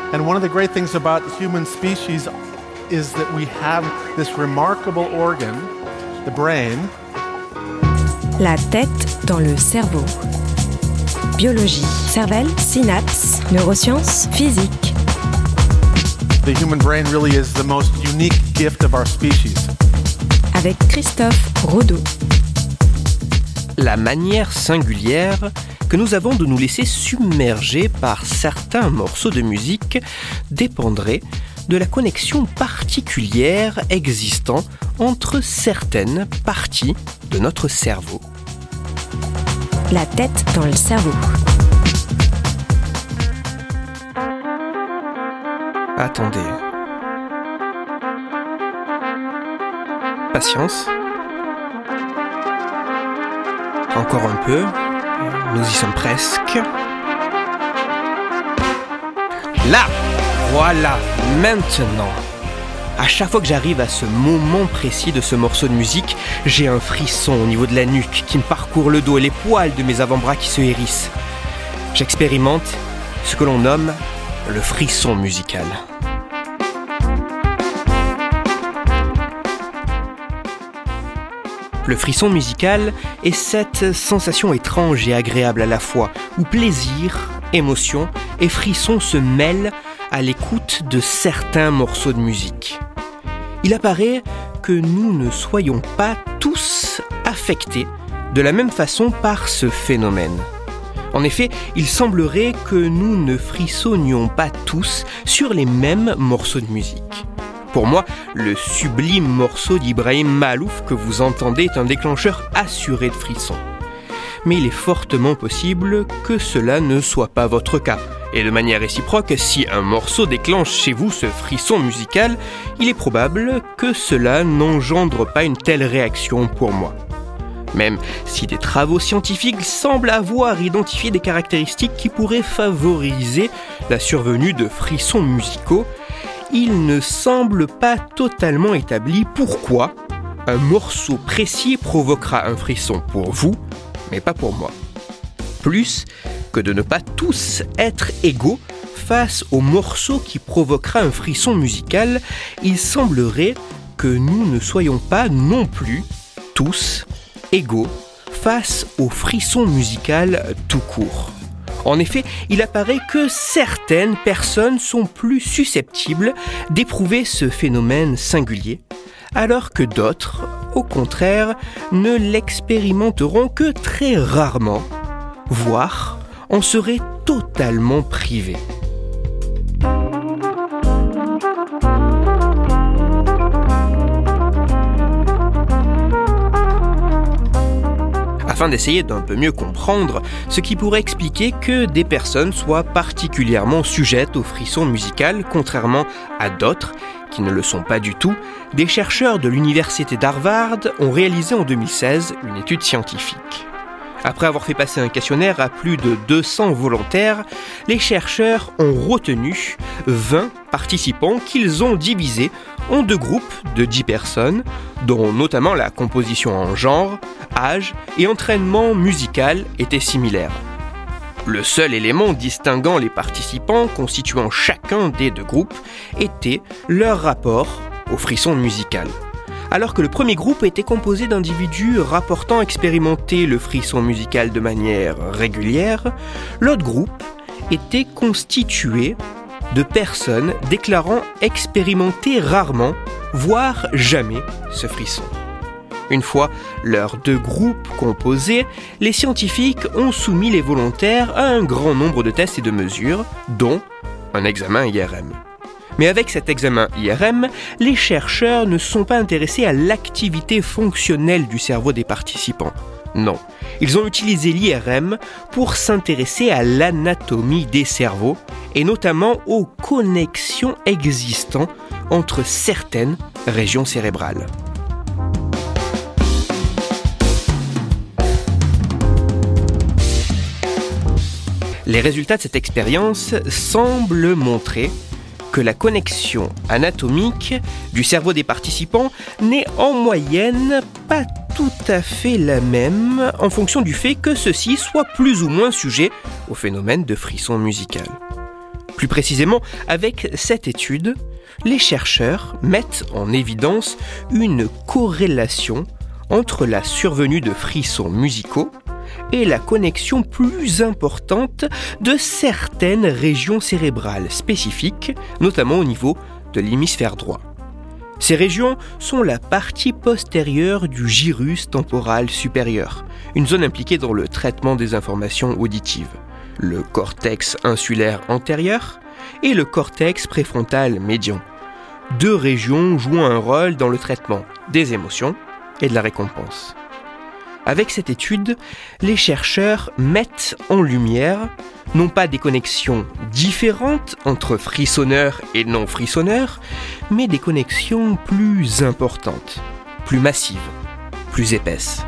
And one of the great things about human species is that we have this remarkable organ, the brain. La tête dans le cerveau. Biologie, cervelle, synapses, neurosciences, physique. The human brain really is the most unique gift of our species. Avec Christophe Rodeau. La manière singulière que nous avons de nous laisser submerger par certains morceaux de musique dépendrait de la connexion particulière existant entre certaines parties de notre cerveau. La tête dans le cerveau. Attendez. Patience. Encore un peu. Nous y sommes presque. Là! Voilà, maintenant. À chaque fois que j'arrive à ce moment précis de ce morceau de musique, j'ai un frisson au niveau de la nuque qui me parcourt le dos et les poils de mes avant-bras qui se hérissent. J'expérimente ce que l'on nomme le frisson musical. Le frisson musical est cette sensation étrange et agréable à la fois, où plaisir, émotion et frisson se mêlent à l'écoute de certains morceaux de musique. Il apparaît que nous ne soyons pas tous affectés de la même façon par ce phénomène. En effet, il semblerait que nous ne frissonnions pas tous sur les mêmes morceaux de musique. Pour moi, le sublime morceau d'Ibrahim Maalouf que vous entendez est un déclencheur assuré de frissons. Mais il est fortement possible que cela ne soit pas votre cas. Et de manière réciproque, si un morceau déclenche chez vous ce frisson musical, il est probable que cela n'engendre pas une telle réaction pour moi. Même si des travaux scientifiques semblent avoir identifié des caractéristiques qui pourraient favoriser la survenue de frissons musicaux, il ne semble pas totalement établi pourquoi un morceau précis provoquera un frisson pour vous, mais pas pour moi. Plus que de ne pas tous être égaux face au morceau qui provoquera un frisson musical, il semblerait que nous ne soyons pas non plus tous égaux face au frisson musical tout court. En effet, il apparaît que certaines personnes sont plus susceptibles d'éprouver ce phénomène singulier, alors que d'autres, au contraire, ne l'expérimenteront que très rarement, voire en seraient totalement privés. Afin d'essayer d'un peu mieux comprendre ce qui pourrait expliquer que des personnes soient particulièrement sujettes au frisson musical, contrairement à d'autres qui ne le sont pas du tout, des chercheurs de l'université d'Harvard ont réalisé en 2016 une étude scientifique. Après avoir fait passer un questionnaire à plus de 200 volontaires, les chercheurs ont retenu 20 participants qu'ils ont divisés en 2 groupes de 10 personnes, dont notamment la composition en genre, âge et entraînement musical étaient similaires. Le seul élément distinguant les participants constituant chacun des 2 groupes était leur rapport au frisson musical. Alors que le premier groupe était composé d'individus rapportant expérimenter le frisson musical de manière régulière, l'autre groupe était constitué de personnes déclarant expérimenter rarement, voire jamais, ce frisson. Une fois leurs 2 groupes composés, les scientifiques ont soumis les volontaires à un grand nombre de tests et de mesures, dont un examen IRM. Mais avec cet examen IRM, les chercheurs ne se sont pas intéressés à l'activité fonctionnelle du cerveau des participants. Non, ils ont utilisé l'IRM pour s'intéresser à l'anatomie des cerveaux et notamment aux connexions existant entre certaines régions cérébrales. Les résultats de cette expérience semblent montrer que la connexion anatomique du cerveau des participants n'est en moyenne pas tout à fait la même en fonction du fait que ceux-ci soient plus ou moins sujets au phénomène de frisson musical. Plus précisément, avec cette étude, les chercheurs mettent en évidence une corrélation entre la survenue de frissons musicaux et la connexion plus importante de certaines régions cérébrales spécifiques, notamment au niveau de l'hémisphère droit. Ces régions sont la partie postérieure du gyrus temporal supérieur, une zone impliquée dans le traitement des informations auditives, le cortex insulaire antérieur et le cortex préfrontal médian, 2 régions jouant un rôle dans le traitement des émotions et de la récompense. Avec cette étude, les chercheurs mettent en lumière non pas des connexions différentes entre frissonneurs et non-frissonneurs, mais des connexions plus importantes, plus massives, plus épaisses.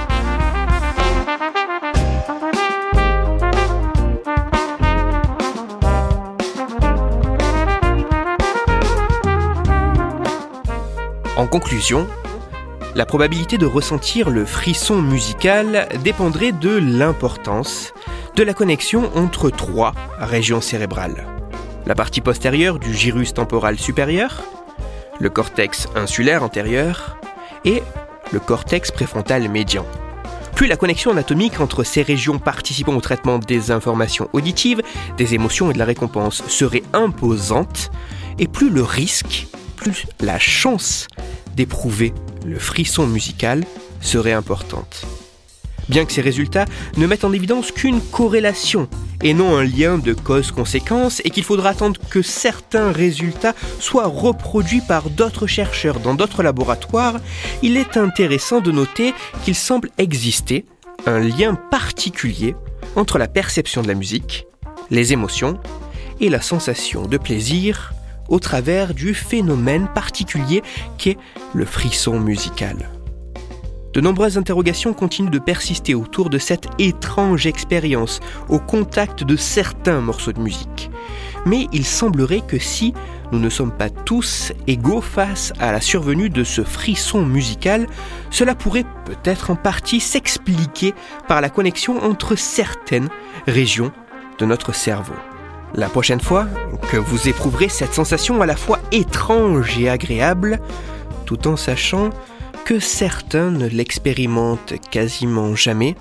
En conclusion, la probabilité de ressentir le frisson musical dépendrait de l'importance de la connexion entre 3 régions cérébrales. La partie postérieure du gyrus temporal supérieur, le cortex insulaire antérieur et le cortex préfrontal médian. Plus la connexion anatomique entre ces régions participant au traitement des informations auditives, des émotions et de la récompense serait imposante, et plus le risque, plus la chance d'éprouver le frisson musical serait importante. Bien que ces résultats ne mettent en évidence qu'une corrélation et non un lien de cause-conséquence, et qu'il faudra attendre que certains résultats soient reproduits par d'autres chercheurs dans d'autres laboratoires, il est intéressant de noter qu'il semble exister un lien particulier entre la perception de la musique, les émotions et la sensation de plaisir au travers du phénomène particulier qu'est le frisson musical. De nombreuses interrogations continuent de persister autour de cette étrange expérience au contact de certains morceaux de musique. Mais il semblerait que si nous ne sommes pas tous égaux face à la survenue de ce frisson musical, cela pourrait peut-être en partie s'expliquer par la connexion entre certaines régions de notre cerveau. La prochaine fois que vous éprouverez cette sensation à la fois étrange et agréable, tout en sachant que certains ne l'expérimentent quasiment jamais,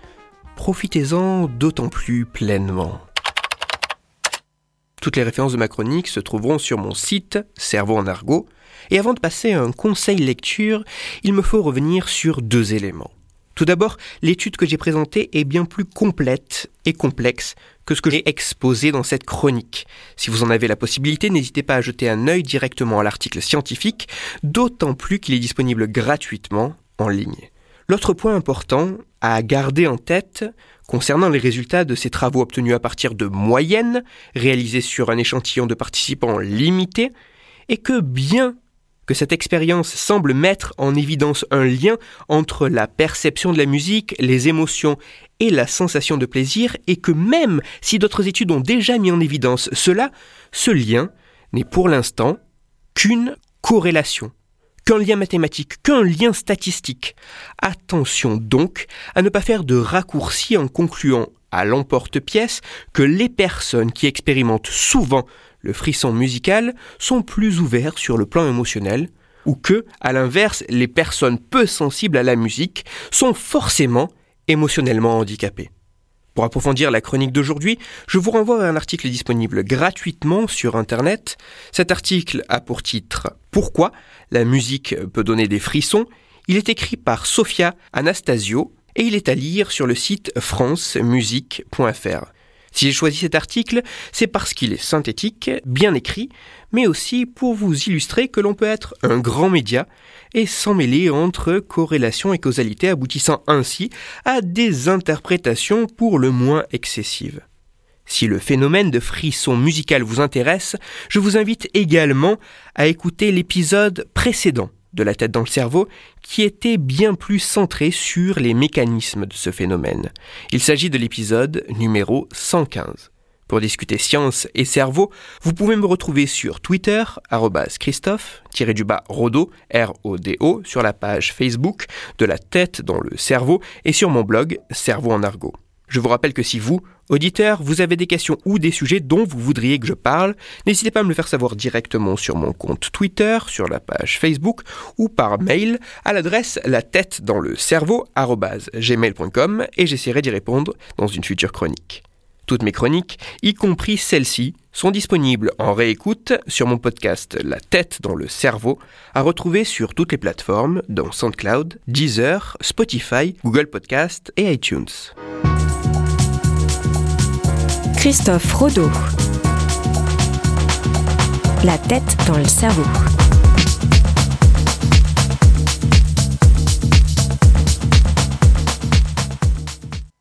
profitez-en d'autant plus pleinement. Toutes les références de ma chronique se trouveront sur mon site Cerveau en argot, et avant de passer à un conseil lecture, il me faut revenir sur 2 éléments. Tout d'abord, l'étude que j'ai présentée est bien plus complète et complexe que ce que j'ai exposé dans cette chronique. Si vous en avez la possibilité, n'hésitez pas à jeter un œil directement à l'article scientifique, d'autant plus qu'il est disponible gratuitement en ligne. L'autre point important à garder en tête concernant les résultats de ces travaux obtenus à partir de moyennes réalisées sur un échantillon de participants limité est que bien que cette expérience semble mettre en évidence un lien entre la perception de la musique, les émotions et la sensation de plaisir, et que même si d'autres études ont déjà mis en évidence cela, ce lien n'est pour l'instant qu'une corrélation, qu'un lien mathématique, qu'un lien statistique. Attention donc à ne pas faire de raccourcis en concluant à l'emporte-pièce que les personnes qui expérimentent souvent le frisson musical sont plus ouverts sur le plan émotionnel, ou que, à l'inverse, les personnes peu sensibles à la musique sont forcément émotionnellement handicapées. Pour approfondir la chronique d'aujourd'hui, je vous renvoie à un article disponible gratuitement sur Internet. Cet article a pour titre « Pourquoi la musique peut donner des frissons ?» Il est écrit par Sofia Anastasio et il est à lire sur le site francemusique.fr. Si j'ai choisi cet article, c'est parce qu'il est synthétique, bien écrit, mais aussi pour vous illustrer que l'on peut être un grand média et s'emmêler entre corrélation et causalité, aboutissant ainsi à des interprétations pour le moins excessives. Si le phénomène de frisson musical vous intéresse, je vous invite également à écouter l'épisode précédent de La tête dans le cerveau, qui était bien plus centré sur les mécanismes de ce phénomène. Il s'agit de l'épisode numéro 115. Pour discuter science et cerveau, vous pouvez me retrouver sur Twitter, @Christophe_Rodo, R-O-D-O, sur la page Facebook de La tête dans le cerveau et sur mon blog Cerveau en argot. Je vous rappelle que si vous, Auditeurs, vous avez des questions ou des sujets dont vous voudriez que je parle, n'hésitez pas à me le faire savoir directement sur mon compte Twitter, sur la page Facebook ou par mail à l'adresse latettedanslecerveau@gmail.com et j'essaierai d'y répondre dans une future chronique. Toutes mes chroniques, y compris celles-ci, sont disponibles en réécoute sur mon podcast La tête dans le cerveau, à retrouver sur toutes les plateformes, dont SoundCloud, Deezer, Spotify, Google Podcast et iTunes. Christophe Rodeau. La tête dans le cerveau.